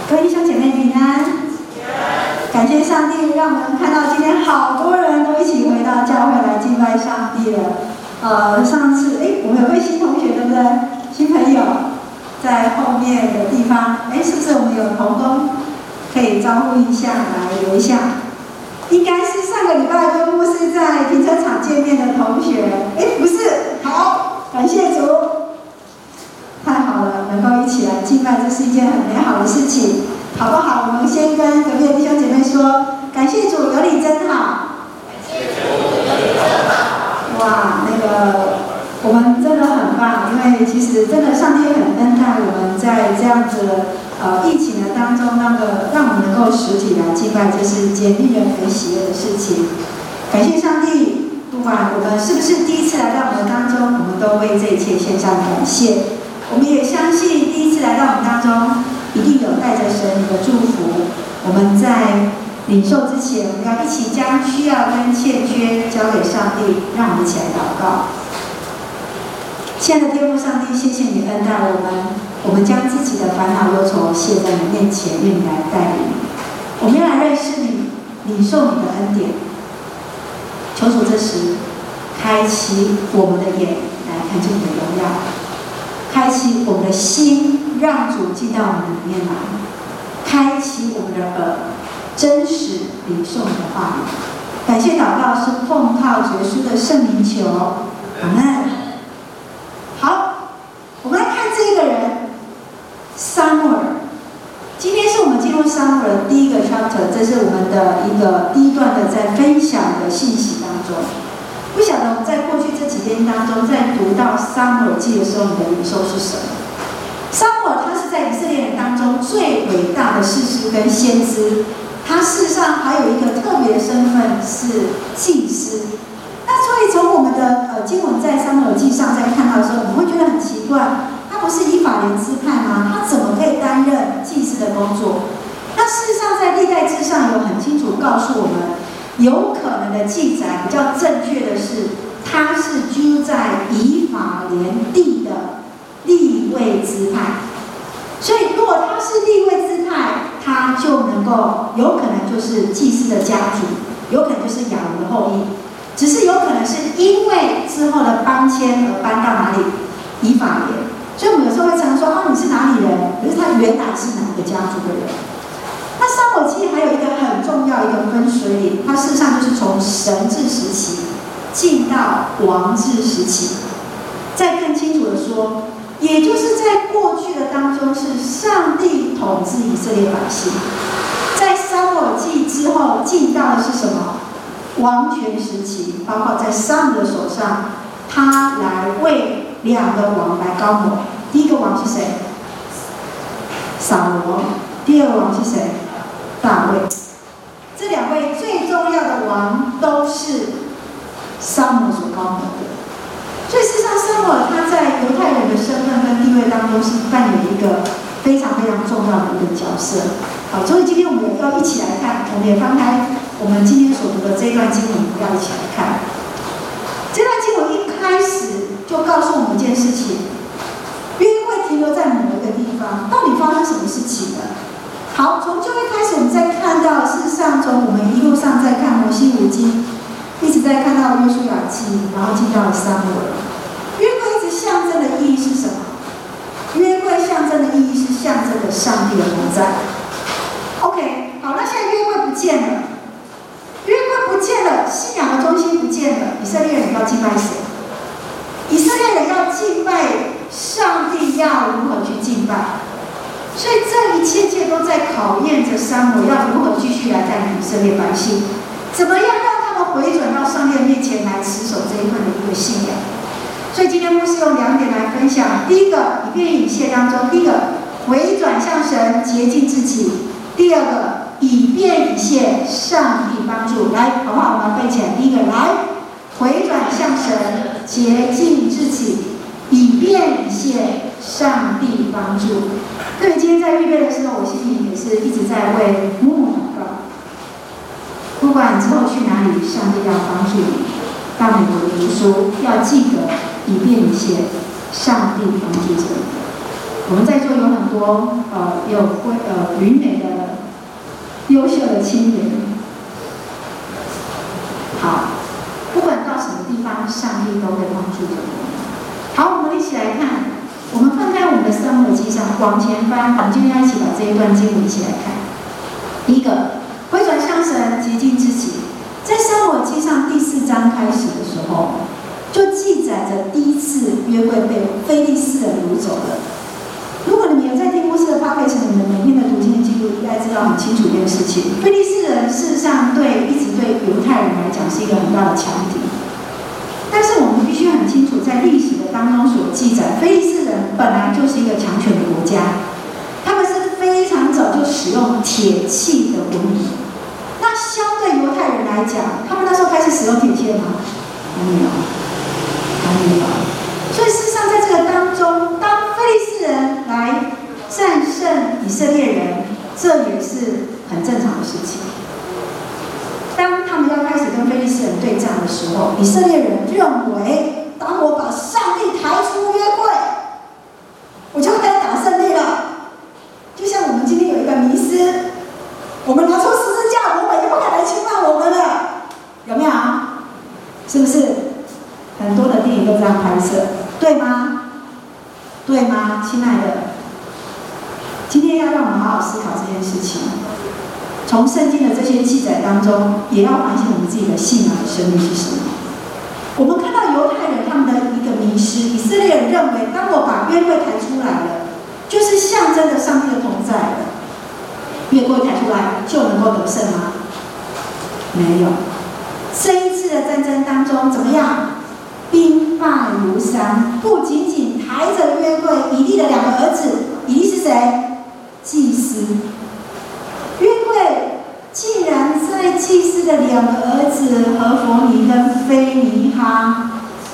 各位弟兄姐妹平安，感谢上帝让我们看到今天好多人都一起回到教会来敬拜上帝了。上次我们有位新同学对不对？新朋友在后面的地方，是不是我们有同工可以招呼一下来留一下？应该是上个礼拜跟牧师在停车场见面的同学，不是，好，感谢主。太好了，能够一起来敬拜，这是一件很美好的事情，好不好？我们先跟隔壁的弟兄姐妹说，感谢主，有你真好。感谢主，有你真好。哇，我们真的很棒，因为其实真的上帝很恩待我们，在这样子的疫情的当中，让我们能够实体来敬拜，这是一件令人很喜悦的事情。感谢上帝，不管我们是不是第一次来到我们当中，我们都为这一切献上感谢。我们也相信第一次来到我们当中，一定有带着神的祝福。我们在领受之前，我们要一起将需要跟欠缺交给上帝，让我们一起来祷告。亲爱的天父上帝，谢谢你恩待我们将自己的烦恼忧愁卸在你面前，愿你来带领。我们要来认识你，领受你的恩典。求主这时开启我们的眼，来看见你的荣耀。开启我们的心，让主进到我们里面来；开启我们的耳，真实领受你的话语。感谢祷告是奉靠主耶稣的圣名求，阿们。好，我们来看这个人，撒母耳。今天是我们进入撒母耳的第一个 chapter， 这是我们的一个第一段的在分享的信息当中。不晓得我们在过去这几天当中，在读到撒母耳记的时候，你的领受是什么？撒母耳他是在以色列人当中最伟大的士师跟先知，他事实上还有一个特别的身份是祭司。那所以从我们的经文在撒母耳记上在看到的时候，我们会觉得很奇怪，他不是以法莲支派吗？他怎么可以担任祭司的工作？那事实上在历代志上有很清楚告诉我们，有可能的记载比较正确的是，他是居在以法莲地的利未支派。所以如果他是利未支派，他就能够有可能就是祭司的家族，有可能就是亚伦的后裔，只是有可能是因为之后的搬迁而搬到哪里？以法莲。所以我们有时候会常说你是哪里人？可是他原来是哪个家族的人？那撒母耳记还有一个很重要一个分水岭，它事实上就是从神治时期进到王治时期。再更清楚的说，也就是在过去的当中是上帝统治以色列百姓，在撒母耳记之后进到的是什么？王权时期，包括在撒母耳手上，他来为两个王来高摩。第一个王是谁？扫罗。第二个王是谁？大卫。这两位最重要的王都是撒母耳所高摩的。所以事实上，撒母耳他在犹太人的身份跟地位当中是扮演一个非常非常重要的一个角色。好，所以今天我们也要一起来看，我们也翻开我们今天所读的这一段经文，我们要一起来看。这段经文一开始就告诉我们一件事情：约柜停留在某一个地方，到底发生什么事情了？好，从旧约开始，我们再看到，事实上从我们一路上在看摩西五经，一直在看到约书亚记，然后进到了撒母耳。约柜一直象征的意义是什么？约柜象征的意义是象征着上帝的同在。OK， 好，那现在约柜不见了，约柜不见了，信仰的中心不见了，以色列人要敬拜谁？以色列人要敬拜上帝，要如何去敬拜？所以这一切都在考验着撒母耳要如何继续来带领以色列百姓，怎么样让他们回转到上帝面前来持守这一份的一个信仰。所以今天牧师用2点来分享：第一个，以便以谢当中，第一个回转向神，洁净自己；第二个，以便以谢，上帝帮助。来，好不好？我们背起来。第一个，来，回转向神，洁净自己；以便以谢，上帝帮助。各位今天在预备的时候，我心里也是一直在为母母祷告。不管之后去哪里，上帝要帮助你。到美国读书，要记得以便以谢，上帝帮助着你。 我们在座有很多有旅美的优秀的青年。好，不管到什么地方，上帝都会帮助着我们。好，我们一起来看，我们翻开我们的撒母耳记上，往前翻，我们今天要一起把这一段经文一起来看。第一个，回转向神，洁净自己。在撒母耳记上第4章开始的时候，就记载着第一次约柜被非利士人掳走了。如果你们有在听牧师的 podcast， 你们每天的读经的记录，应该知道很清楚一件事情：非利士人事实上一直对犹太人来讲是一个很大的强敌。但是我们必须很清楚，在历史的当中所记载，非利士人本来就是一个强权的国家，他们是非常早就使用铁器的文明。那相对犹太人来讲，他们那时候开始使用铁器了吗？还没有，还没有。所以事实上，在这个当中，当非利士人来战胜以色列人，这也是很正常的事情。当他们要开始跟非利士人对战的时候，以色列人认为，当我把上帝抬出约柜，我就可以打胜利了。就像我们今天有一个迷思，我们拿出十字架，魔鬼就不敢来侵犯我们了，有没有？是不是？很多的电影都这样拍摄，对吗？对吗，亲爱的？今天要让我们好好思考这件事情。从圣经的这些记载当中，也要反省我们自己的信仰的生命是什么。我们看到犹太人他们的一个迷失，以色列人认为，当我把约柜抬出来了，就是象征着上帝的同在了。约柜抬出来就能够得胜吗？没有。这一次的战争当中怎么样？兵败如山，不仅仅抬着约柜，以利的2个儿子，以利是谁？祭司。约柜竟然在祭司的2个儿子何弗尼跟菲尼哈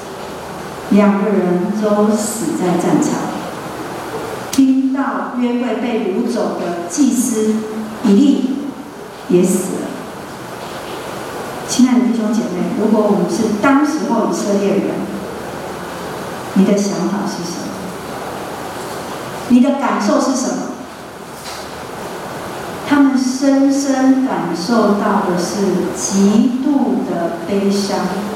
2个人都死在战场。听到约柜被掳走的祭司以利也死了。亲爱的弟兄姐妹，如果我们是当时候以色列人，你的想法是什么？你的感受是什么？他们深深感受到的是极度的悲伤，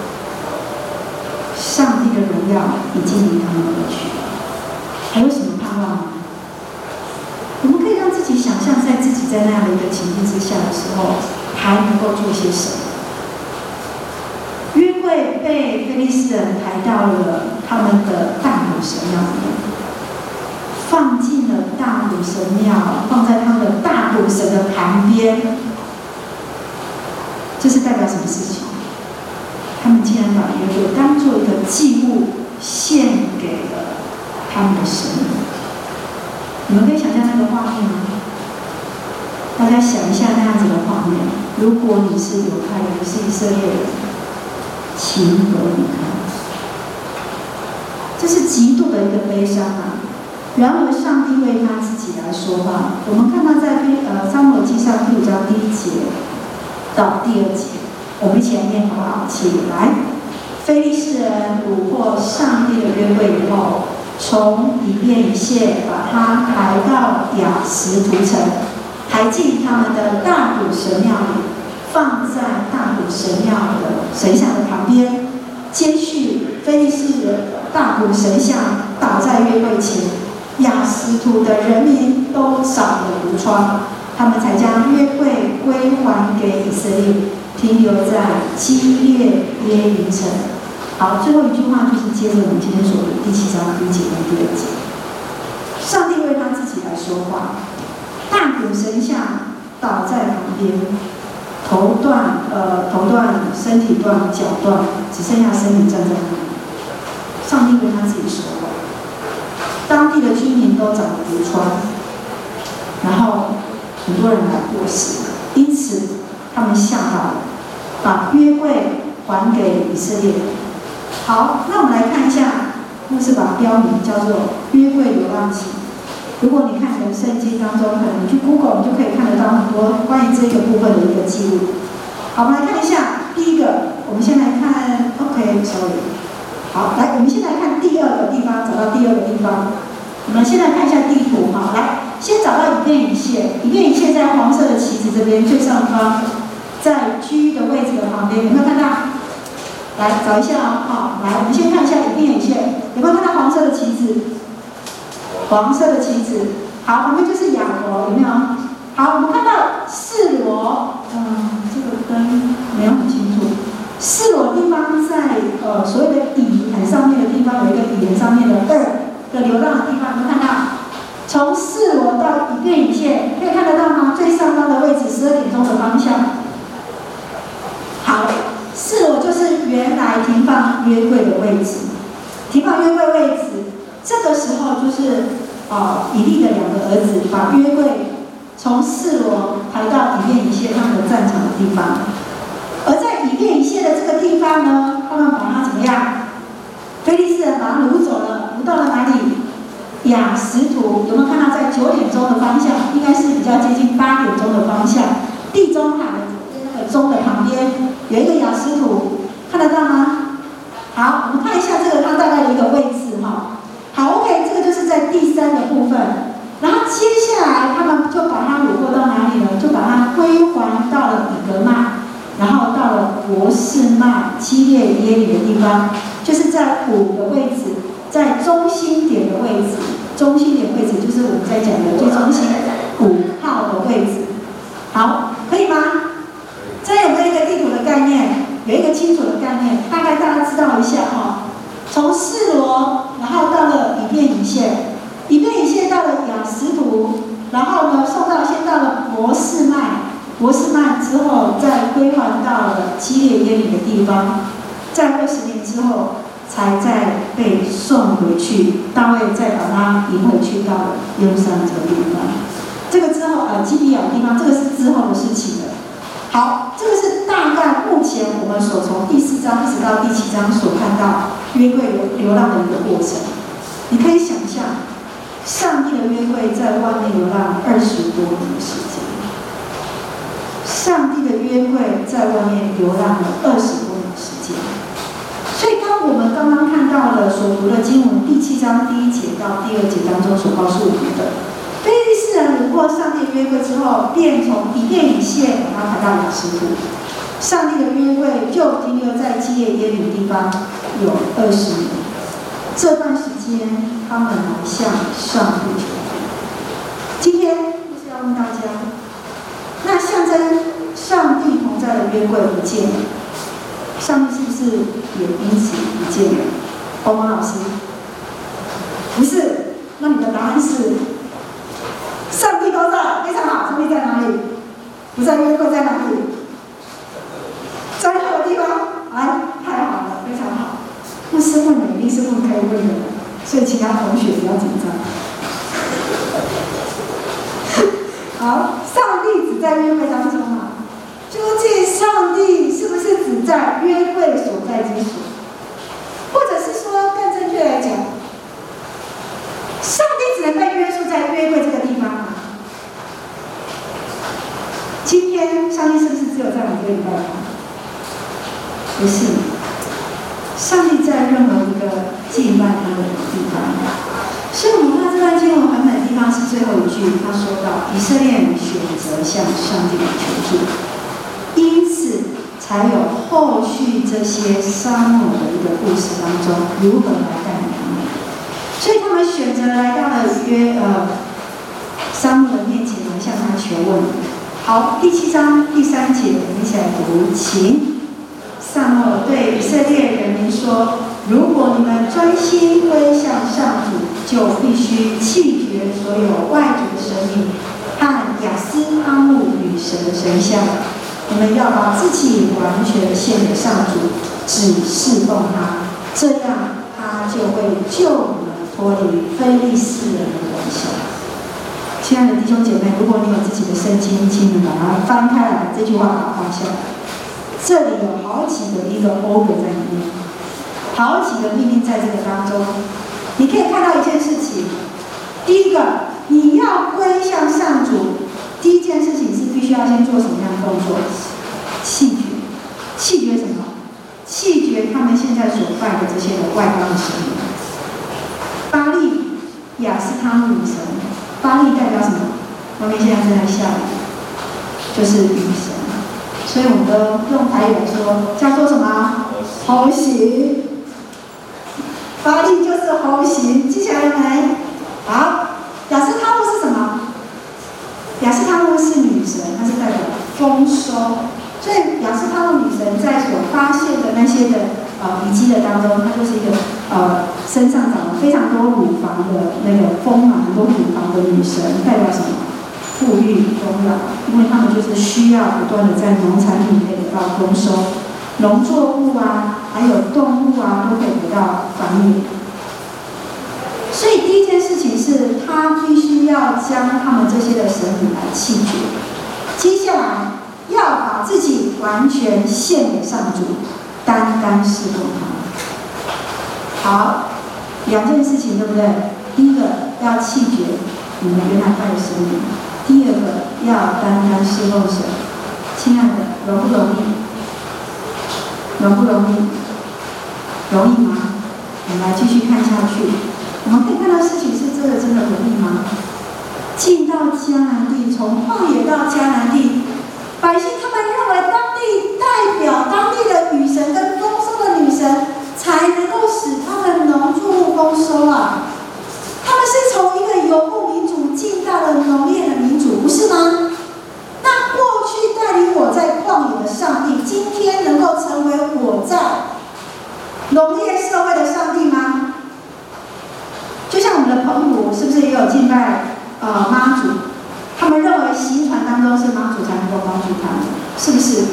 上帝的荣耀已经离他们而去了，还有什么盼望吗？我们可以让自己想象，在自己在那样的一个情境之下的时候，还能够做些什么？约柜被非利士人抬到了他们的大古神庙里面，放进了大古神庙，放在他们的大古神的旁边。这是代表什么事情？他们竟然把约柜当作一个祭物献给了他们的神。你们可以想象那个画面吗？大家想一下那样子的画面。如果你是犹太人，你是以色列人，情何以堪？这是极度的一个悲伤啊！然而，上帝为他自己来说话。我们看到在撒母耳记上第5章第1节到第2节，我们一起来念好不好？起来！非利士人掳获上帝的约柜以后，从以便以谢把他抬到亚实突城，抬进他们的大古神庙里，放在大古神庙的神像的旁边。接续非利士的大古神像倒在约柜前，亚实突的人民都扫了毒疮，他们才将约柜归还给以色列，停留在基列耶林城。好，最后一句话就是接着我们今天所读第7章第1节跟第2节。上帝为他自己来说话，大古神像倒在旁边，头断、身体断、脚断，只剩下身体站在那里。上帝为他自己说话。当地的居民都长了毒疮，然后很多人来过世，因此他们吓到了，把约柜还给以色列人。好，那我们来看一下，牧师把标名叫做“约柜流浪记”。如果你看你的圣经当中，可能你去 Google， 你就可以看得到很多关于这个部分的一个记录。好，我们来看一下，第一个，我们先来看 ，OK，sorry。好，来，我们先来看第2个地方，找到第2个地方。 我们现在看一下地图哈，来，先找到以便以谢，以便以谢在黄色的旗子这边最上方，在 G 的位置的旁边，有没有看到？来找一下哦，好，来，我们先看一下以便以谢，有没有看到黄色的旗子？黄色的旗子，好，旁边就是雅伯，有没有？好，我们看到示罗，这个灯没有很清楚。示罗地方在所谓的底很上面的地方有一个底很上面的2的流浪的地方，有没有看到？从示罗到以便以谢，可以看得到吗？最上方的位置12点钟的方向。好，示罗就是原来停放约柜的位置，停放约柜位置，这个时候就是以利的2个儿子把约柜从示罗抬到以便以谢他们的战场的地方，而在以便以谢的这个地方呢，他们把它怎么样？非利士人把它掳走了，掳到了哪里？雅什图，有没有看到在9点钟的方向？应该是比较接近8点钟的方向。地中海的那个钟的旁边有一个雅什图，看得到吗？好，我们看一下这个它大概的一个位置哈。好 ，OK， 这个就是在第3的部分。然后接下来他们就把它掳过到哪里呢？就把它归还到了以格玛，然后到了伯示麦、基列耶里的地方，就是在5的位置，在中心点的位置。中心点位置就是我们在讲的最中心5号的位置。好，可以吗？这有没有一个地图的概念？有一个清楚的概念，大概大家知道一下哈。从示罗，然后到了以便以谢。以便以谢到了雅什图，然后呢，先到了伯示麦，伯示麦之后再归还到了基列耶里的地方，在20年之后才再被送回去，大卫再把它迎回去到了耶路撒冷这个地方。这个之后基比亚的地方，这个是之后的事情了。好，这个是大概目前我们所从第4章一直到第7章所看到约柜流浪的一个过程。你可以想象。上帝的约柜在外面流浪20多年的时间，上帝的约柜在外面流浪了20多年的时间。所以，当我们刚刚看到了所读的经文第7章第1节到第2节当中所告诉我们的，非利士人掳过上帝的约柜之后，便从以便以谢把它抬到雅什图，上帝的约柜就停留在基列耶里地方有20年。这段时间，他们来向上帝求助。今天就是要问大家，那象征上帝同在的约柜不见了，上帝是不是也因此不见了？欧盟老师，不是，那你的答案是，上帝都在，非常好。上帝在哪里？不在约柜在哪里？在任何地方。哎，太好了，非常好。牧师问的一定是问可以问的，所以其他同学不要紧张。好，上帝只在约柜当中嘛？究竟上帝是不是只在约柜所在之所？或者是说更正确来讲，上帝只能被约束在约柜这个地方吗？今天上帝是不是只有在我们这个礼拜吗？不是。上帝在任何一个敬拜他的地方，所以我们看这段经文很美的地方是最后一句，他说到以色列人选择向上帝求助，因此才有后续这些沙漠的一个故事当中如何来带领他们。所以他们选择来到了沙漠的面前来向他求问。好，第7章第3节，我们一起来读，请。撒母耳对以色列人民说：“如果你们专心归向上主，就必须弃绝所有外族的神明和亚斯阿木女神的神像。你们要把自己完全献给上主，只侍奉他，这样他就会救你们脱离非利士人的管辖。”亲爱的弟兄姐妹，如果你有自己的圣经，请你把它翻开来，这句话把它画下来。这里有好几个一个 order 在里面，好几个命令在这个当中。你可以看到一件事情，第一个，你要归向上主，第一件事情是必须要先做什么样的动作？弃绝。弃绝什么？弃绝他们现在所拜的这些的外邦的神明，巴力、亚斯哈女神，巴利代表什么？外面现在正在下雨，就是雨神。所以我们都用台语来说，叫做什么？猴行。巴利就是猴行，记起来了没？好，雅斯他路是什么？雅斯他路是女神，它是代表丰收。所以雅斯他路女神在所发现的那些的遗迹的当中，她就是一个身上长了非常多乳房的那个丰满很多乳房的女神，代表什么？富裕丰饶，因为他们就是需要不断的在农产品可以得到丰收，农作物啊，还有动物啊都可以得到繁衍。所以第一件事情是，他必须要将他们这些的神明来弃绝。接下来要把自己完全献给上主，单单侍奉他。好，两件事情对不对？第一个要弃绝你们原来拜的神明，第二个要单单侍奉神。亲爱的，容不容易？容不容易？容易吗？我们来继续看下去。我们可以看到事情是真的容易吗？进到迦南地，从旷野到迦南地，百姓他们认为当地代表当地的雨神跟丰收的女神，才能够使他们农作物丰收啊。他们是从一个游牧民族进到了农业的民族，不是吗？那过去带领我在旷野的上帝，今天能够成为我在农业社会的上帝吗？就像我们的澎湖，是不是也有敬拜妈祖？他们认为行船当中是妈祖才能够帮助他们，是不是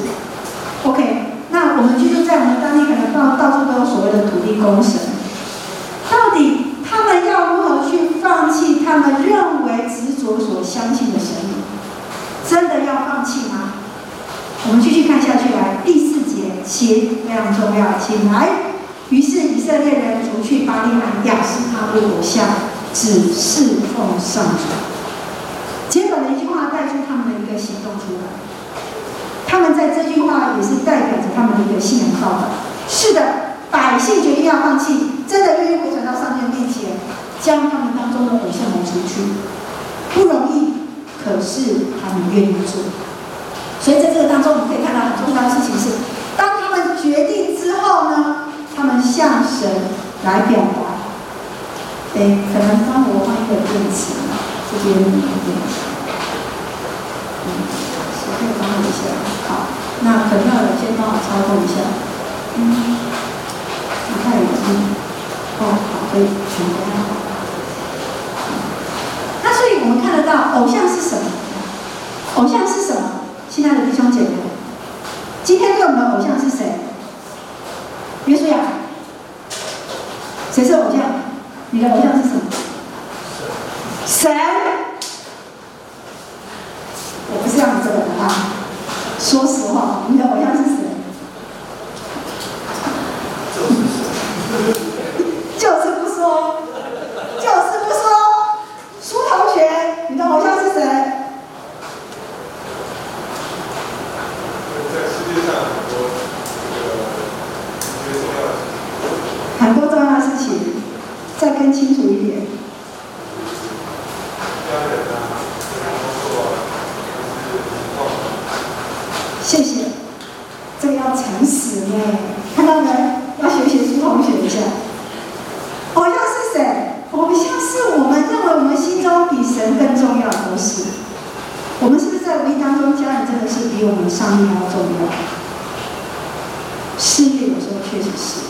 ？OK， 那我们居住在我们当地，可能到处都有所谓的土地公神。到底他们要如何去放弃他们认为执着所相信的神明？真的要放弃吗？我们继续看下去来，第4节，请非常重要，请来。于是以色列人除去巴利和亚斯他路偶像，只侍奉上主。简短的一句话带出他们的一个行动出来。他们在这句话也是代表着他们的一个信仰告白。是的，百姓决定要放弃，真的愿意回转到上帝面前，将他们当中的偶像来除去。不容易，可是他们愿意做。所以在这个当中，我们可以看到很重要的事情是，当他们决定之后呢？他们向神来表达，可能帮我换一个电池，这边有电池，谁可以帮我一下？好，那可能要有先帮我操作一下，太有劲，好，可以，全部看好。那所以我们看得到，偶像是什么？偶像是什么？亲爱的弟兄姐妹，今天对我们的偶像是谁？约书亚，谁是偶像？你的偶像是什么？神。我不是要你这个答案。说实话，你的偶像是谁？就是不说，就是不说。苏同学，你的偶像是谁？ 在世界上很多重要的事情，再更清楚一点。谢谢，这个要诚实呢，看到没？要学苏同学一下。偶像是谁？偶像是我们认为我们心中比神更重要的东西。我们是不是在无意当中，家人真的是比我们上帝还要重要？事业有时候确实是。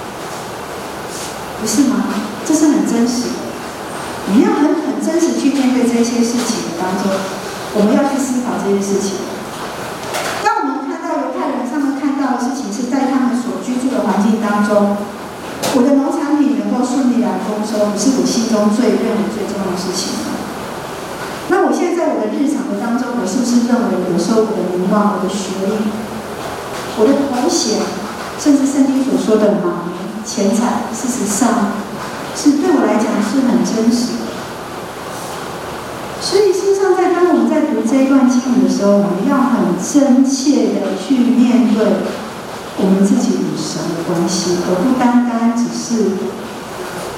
不是吗？这是很真实的。我们要很真实去面对这些事情的当中，我们要去思考这些事情。当我们看到犹太人他们看到的事情是在他们所居住的环境当中，我的农产品能够顺利来丰收，不是我心中认为最重要的事情吗？那我现在在我的日常的当中，我是不是认为有时候我的名望、我的学历、我的头衔，甚至圣经所说的马名、钱财，事实上是对我来讲是很真实的。所以事实上，当我们在读这一段经文的时候，我们要很真切的去面对我们自己与神的关系，而不单单只是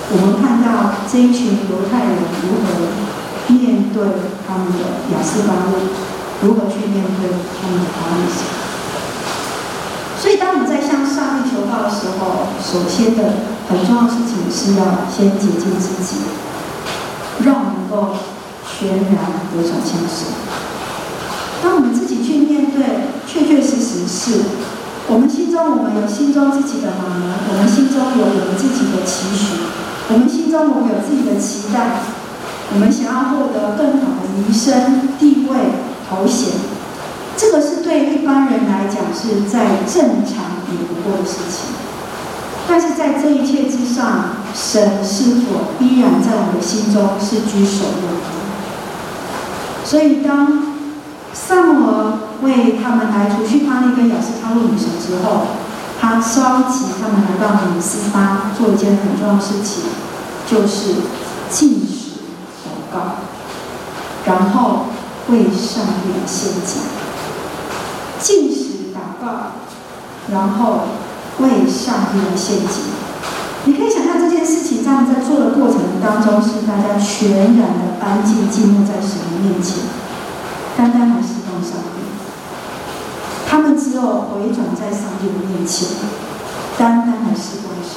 我们看到这一群犹太人如何面对他们的亚斯巴路，如何去面对他们的巴力神。所以，当我们在向上帝求告的时候，首先的很重要的事情是要先洁净自己，让我们能够全然得转向神。当我们自己去面对，确确实实是我们心中，我们有心中自己的盲人，我们心中有我们自己的期许，我们心中我们有自己的期待，我们想要获得更好的名声、地位、头衔。这个是对一般人来讲是再正常也不过的事情，但是在这一切之上，神是否依然在我们的心中是居首位的？所以当撒母耳为他们来除去巴力跟亚斯他路女神之后，他召集他们来到米斯巴，做一件很重要的事情，就是禁食祷告，然后为上帝献祭。禁食祷告，然后为上帝的献祭。你可以想象这件事情，他们在做的过程当中，是大家全然的安静静默在神的面前，单单来侍奉上帝。他们只有回转在上帝的面前，单单来侍奉神。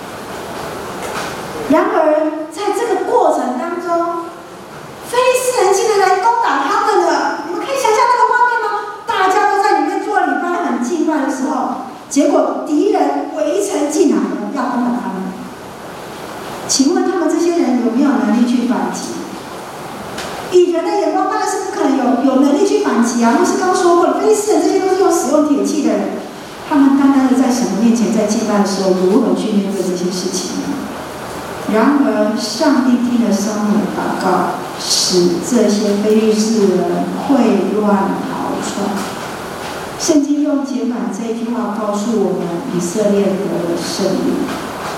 然而，在这个过程当中，非利士人竟然来攻打他们了。你们可以想象那个画面吗？大家都在里面做礼拜、很敬拜的时候，结果敌人围城进来了，要攻打他们。请问他们这些人有没有能力去反击？以人的眼光，当然是不可能有能力去反击啊！牧师刚说过了，非利士人这些都是用使用铁器的人，他们单单的在神的面前，在敬拜的时候，如何去面对这些事情呢？然而，上帝听了撒母耳的祷告，使这些非利士人溃乱逃窜。圣经用简短这一句话告诉我们，以色列得了胜利。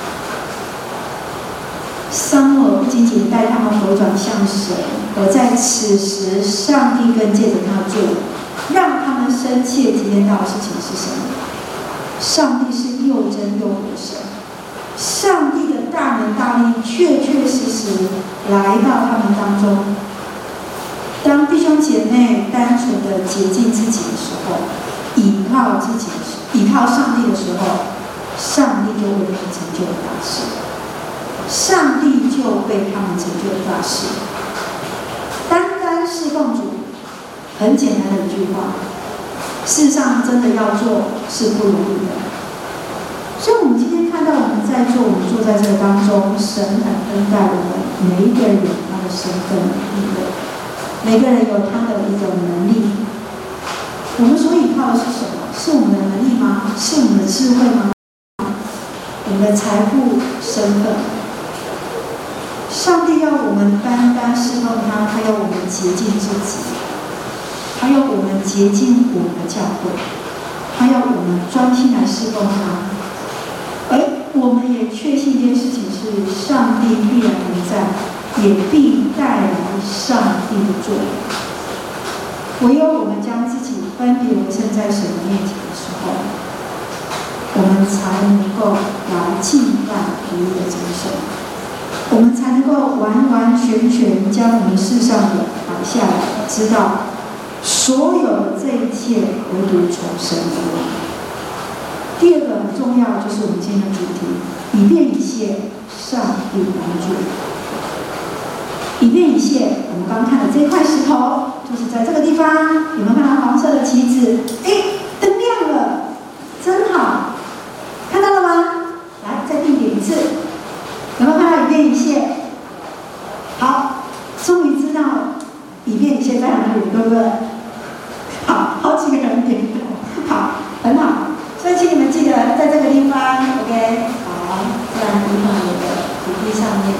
撒母耳不仅仅带他们回转向神，而在此时，上帝更借着他做，让他们深切体验到的事情是什么？上帝是又真又活神。上帝的大能大力确确实实来到他们当中。当弟兄姐妹单纯的洁净自己的时候，倚靠上帝的时候，上帝就为他们成就了大事。上帝就为他们成就了大事。单单侍奉主，很简单的一句话，事实上真的要做是不容易的。所以我们今天看到我们在座，我们坐在这个当中，神很恩待我们，每一个人有他的身份地位，每个人有他的一种能力。我们所依靠的是什么？是我们的能力吗？是我们的智慧吗？我们的财富、身份？上帝要我们单单侍奉他，他要我们洁净自己，他要我们洁净我们的教会，他要我们专心来侍奉他。而我们也确信一件事情是，上帝必然同在，也必带来上帝的作为。唯有我们将自己分别为圣在神的面前的时候，我们才能够来敬拜独一的真神，我们才能够完完全全将我们世上的摆下来，知道所有的这一切唯独从神而来。第二个很重要，就是我们今天的主题，以便以谢，上帝帮助。以便以谢，我们刚看的这块石头，就是在这个地方，有没有看到黄色的旗子？灯亮了，真好，看到了吗？来，再定点一次，有没有看到以便以谢？好，终于知道以便以谢在哪里，对不对？好几个人点头，好，很好。所以请你们记得在这个地方 ，OK， 好，自然地方有个土地上面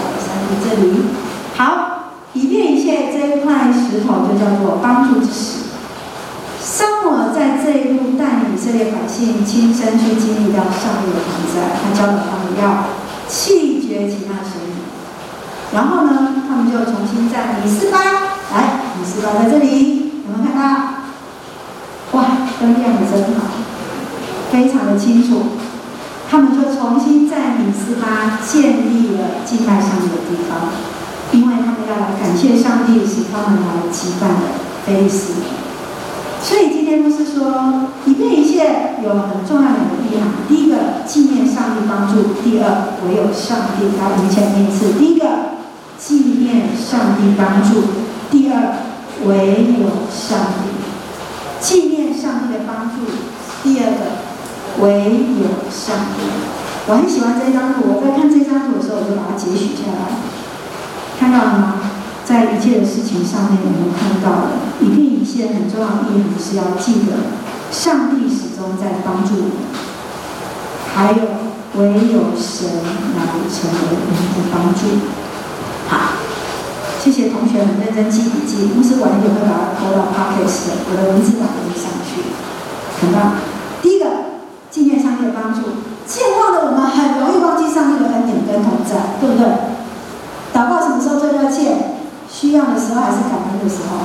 153这里。好，以便以谢这一块石头就叫做帮助之石。撒母耳在这一路带领以色列百姓亲身去经历到上帝的同在，他教导他们要弃绝其他神明。然后呢，他们就重新在米斯巴，来，米斯巴在这里，有没有看到？哇，灯亮的真好。非常的清楚。 他们就重新在米斯巴建立了敬拜上帝的地方，因为他们要来感谢上帝，使他们来击败了非利士人。所以今天牧师说，以便以谢有很重要的意涵。第一个，纪念上帝帮助；第二，唯有上帝。来，我们一起来念一次。第一个，纪念上帝帮助；第二，唯有上帝。纪念上帝的帮助；第二个，唯有上帝。我很喜欢这张图，我在看这张图的时候，我就把它截取下来，看到了吗？在一切的事情上面，我们看到了以便以谢很重要的意涵是要记得，上帝始终在帮助我们，还有唯有神来成为我们的帮助。好，谢谢同学很认真记笔记，牧师晚一点会把它投到 Podcast 的我的文字版本上去。很棒。第一个，纪念上帝的帮助。健忘的我们很容易忘记上帝的恩典跟同在，对不对？祷告什么时候最热切？需要的时候还是感恩的时候？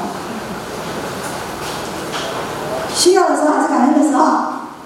需要的时候还是感恩的时候？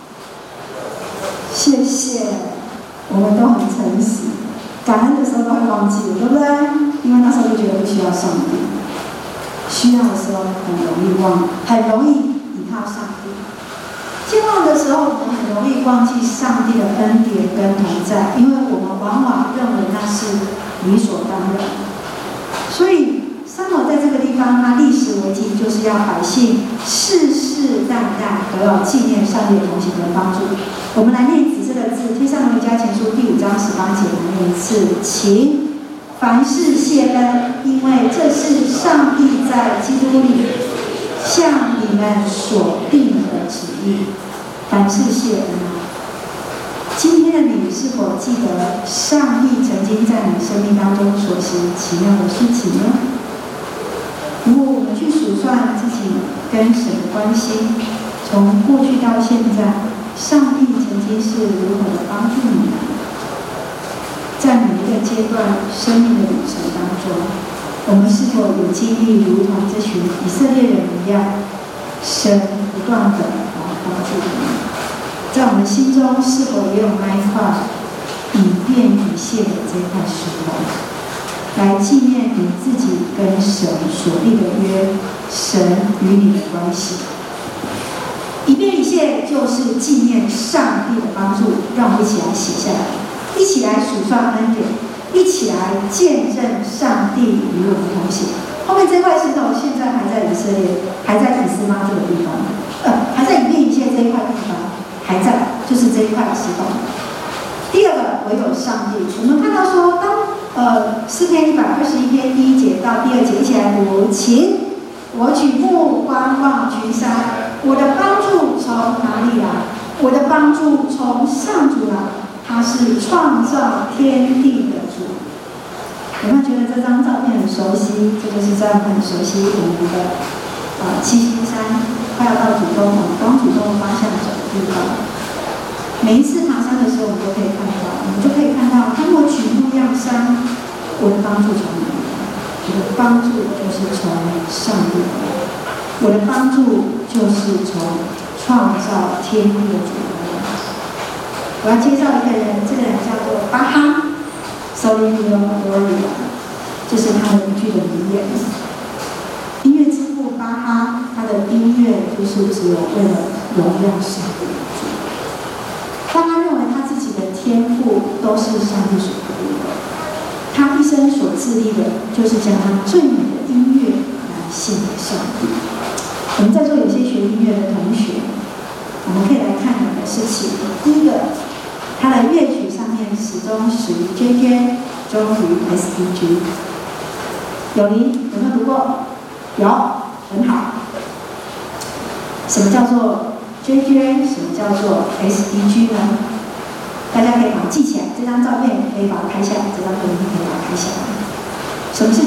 谢谢，我们都很诚实。感恩的时候都会忘记，对不对？因为那时候就觉得不需要上帝。需要的时候很容易忘，很容易依靠上帝。健忘的时候，我们很容易忘记上帝的恩典跟同在，因为我们往往认为那是理所当然。所以撒母耳在这个地方，他立时为记，就是要百姓世世代代都要纪念上帝的同行跟帮助。我们来念子这个字，《帖撒罗尼迦前书》第5章18节，来念一次，请凡事谢恩，因为这是上帝在基督里向你们所定的旨意。凡事谢恩啊！今天的你是否记得上帝曾经在你生命当中所行奇妙的事情呢？如果我们去数算自己跟神的关系，从过去到现在，上帝曾经是如何的帮助你们？在每一个阶段生命的旅程当中，我们是否有经历如同这群以色列人一样，神不断的来帮助我们？在我们心中是否也有那一块以便以谢的这块石头，来纪念你自己跟神所立的约，神与你的关系？以便以谢就是纪念上帝的帮助，让我们一起来写下来，一起来数算恩典，一起来见证上帝与我们同行。后面这块石头现在还在以色列，还在以斯玛这个地方，还在以便以谢这一块地方。还在，就是这一块石头。第二个，唯有上帝。我们看到说，当诗篇121篇第1节到第2节，一起来读，请我举目观望群山，我的帮助从哪里来？我的帮助从上主来，他是创造天地的主。有没有觉得这张照片很熟悉？这就是在我们很熟悉我们的七星山，快要到主东往主东的方向走的地方。每一次爬山的时候，我们都可以看到，我们就可以看到，当我举目望山，我的帮助从哪里来？我的帮助就是从上帝来，我的帮助就是从创造天地的主来。我要介绍一个人，这个人叫做巴哈 ，Solomon Gloria， 这是他的一句的名言。音乐之父巴哈，他的音乐就是只有为了荣耀上帝。巴哈认为他自己的天赋都是上帝所给予的，他一生所致力的就是将他最美的音乐来献给上帝。我们在座有些学音乐的同学，我们可以来看两个事情。第一个，他的乐曲上面始终属于 JJ， 忠于 SDG。有没有读过？有，很好。什么叫做JJ， 什么叫做 SDG 呢？大家可以把它记起来，这张照片可以把它拍下来，这张图片可以把它拍下来。什么是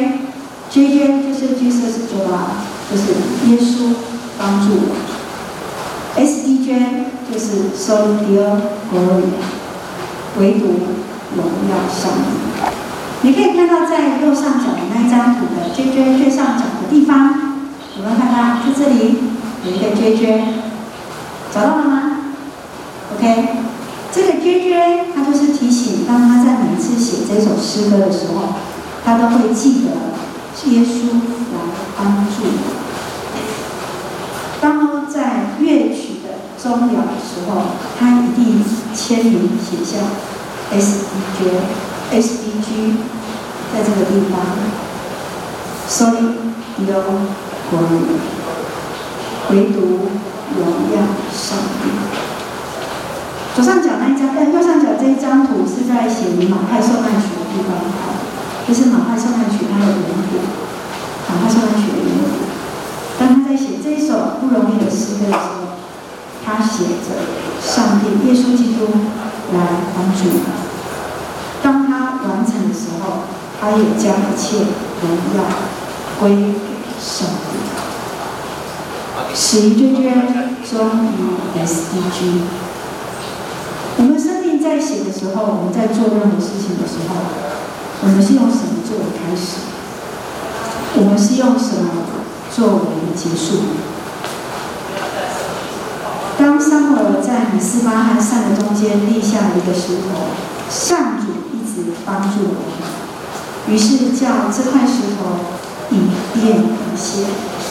JJ？JJ 就是 Jesus Joy， 就是耶稣帮助我。SDJ 就是 Soli Deo Gloria， 唯独荣耀上帝。你可以看到在右上角的那一张图的 JJ 最上角的地方，有没有看到？在这里有一个 JJ。找到了吗 ？OK， 这个 JJ 会记得耶稣来帮助我。当在乐曲的终了的时候，他一定签名写下 SDG， 在这个地方 ，Solely Your Glory， 唯独荣耀上帝。左上角那一张，右上角这一张图是在写马太受难曲的地方，这是马太受难曲它的原谱，马太受难曲的原谱。当他在写这一首不容易的诗歌的时候，他写着上帝耶稣基督来帮助他。当他完成的时候，他也将一切荣耀归给上帝。始于追追，终于 SDG。我们生命在写的时候，我们在做任何事情的时候，我们是用什么作为开始？我们是用什么作为结束？当撒母耳在米斯巴和善的中间立下了一个石头，上主一直帮助我们，于是叫这块石头以便以谢。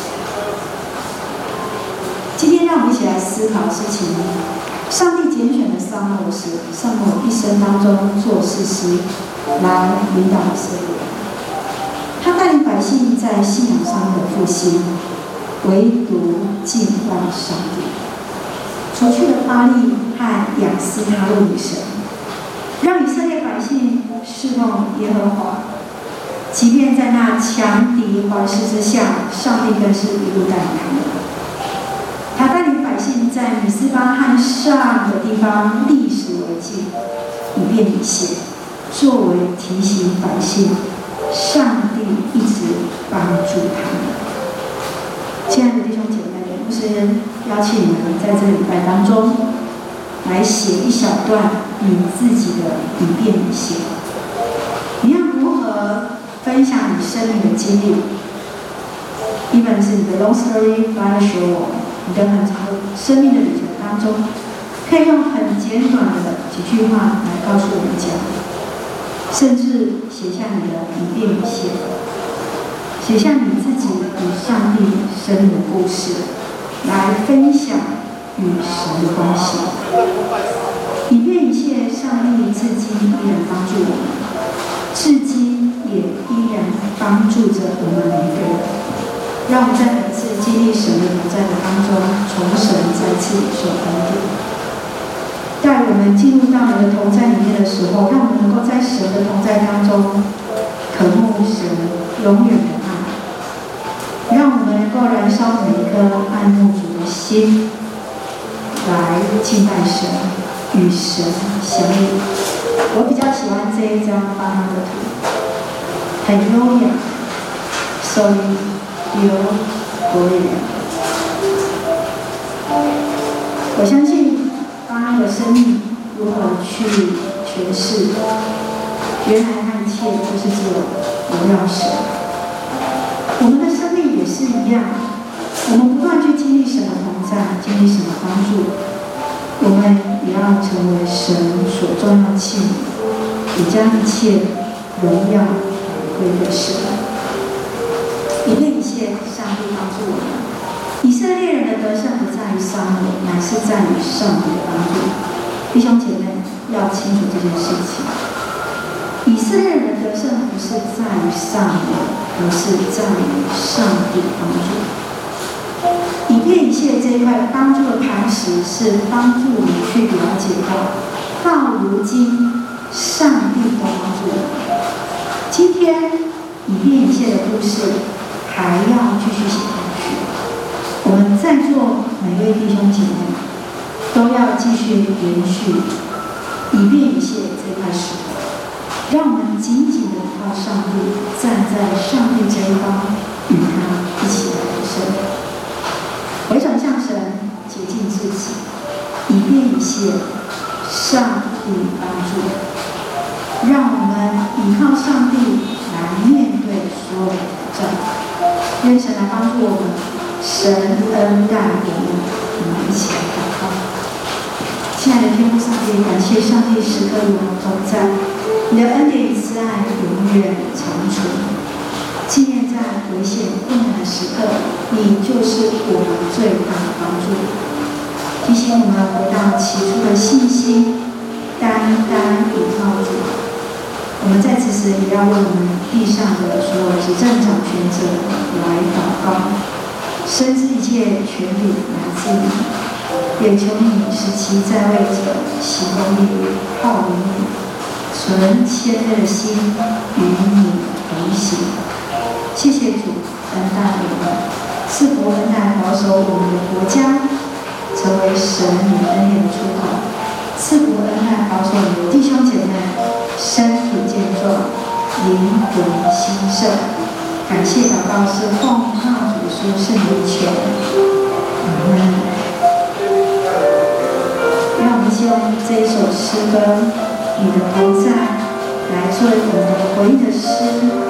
今天让我们一起来思考事情。上帝拣选的撒母耳时，撒母耳一生当中做士师，来领导以色列。他带领百姓在信仰上面的复兴，唯独敬拜上帝，除去了巴力和亚斯他路女神，让以色列百姓侍奉耶和华。即便在那强敌环视之下，上帝更是一路带领他们。他带领百姓在米斯巴和上的地方立石为记，以便以谢，作为提醒百姓，上帝一直帮助他们。亲爱的弟兄姐妹，牧师邀请你们在这礼拜当中来写一小段你自己的以便以谢。你要如何分享你生命的经历？一本是你的 long story by short， 你的很长的生命的旅程当中，可以用很简短的几句话来告诉我们讲，甚至写下你的以便以谢，写下你自己与上帝生命的故事，来分享与神的关系。以便以谢，上帝至今依然帮助我们，至今也依然帮助着我们每个人。让我们在每次经历神的同在的当中，从神再次受恩典，带我们进入到你的同在里面的时候，让我们能够在神的同在当中渴慕神永远的爱，让我们能够燃烧每一颗爱慕主的心，来敬拜神，与神相遇。我比较喜欢这一张巴拿的图，很优雅，所以有国语。我相信巴拿的生命如何去诠释，原来那一切都是只有荣耀神。我们的生命也是一样，我们不断去经历神的同在，经历神的帮助，我们也要成为神所重要的器皿，也将一切荣耀归给神。以便以谢，上帝帮助我们。以色列人的得胜不在于撒母耳，乃是在于上帝的帮助。弟兄姐妹要清楚这件事情。以色列人的得胜不是在于撒母耳，而是在于上帝帮助。以便以谢这一块帮助的磐石，是帮助你去了解到如今上帝都帮助我们。今天以便以谢的故事还要继续写下去。我们在座每位弟兄姐妹都要继续延续以便以谢这块石头，让我们紧紧的靠上帝，站在上帝这一方，与他一起来得胜。回转向神，洁净自己，以便以谢，上帝帮助。让我们依靠上帝来面对所有的挑战。愿神来帮助我们，神恩待我们，我们一起来祷告。亲爱的天父上帝，感谢上帝时刻与我们同在，你的恩典与慈爱永远长存。 纪念在危险困难的时刻，你就是我们最大的帮助。提醒我们回到起初的信心，单单依靠主。我们在此时也要为我们地上的所有执政掌权者来祷告，深知一切权柄来自你，也求你使其在位者喜欢你、好于你，存谦卑的心与你同行。谢谢主恩待我们，赐福恩待保守我们的国家，成为神与恩典的出口。赐福恩待保守我们的弟兄姐妹，身体健壮，灵魂兴盛。感谢祷告是奉靠主书圣灵权。阿门。让我们先用这一首诗歌《你的同在》来做我们的回应的诗。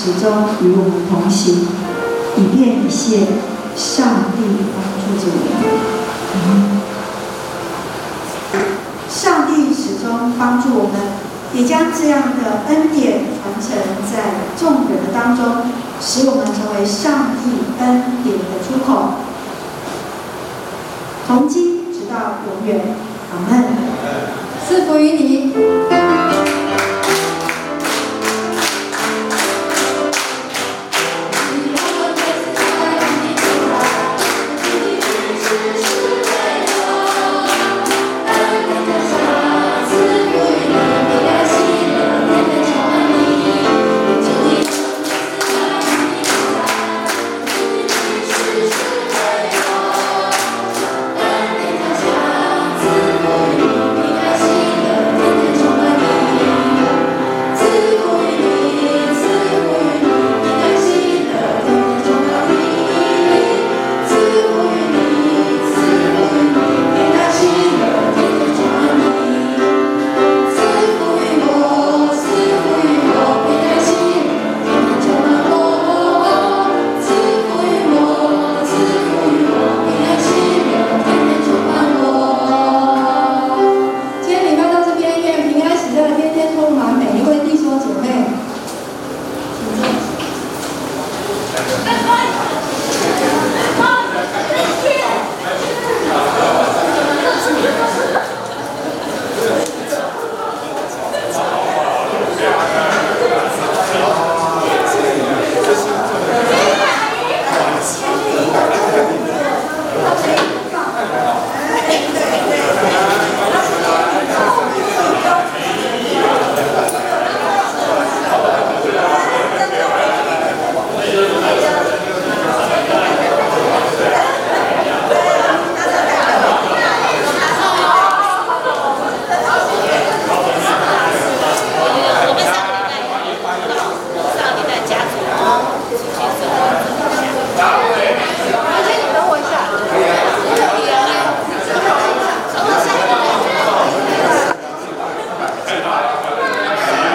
始终与我们同行，以便一切上帝帮助着我们。上帝始终帮助我们，也将这样的恩典传承在众人的当中，使我们成为上帝恩典的出口，从今直到永远。阿们。赐福于你。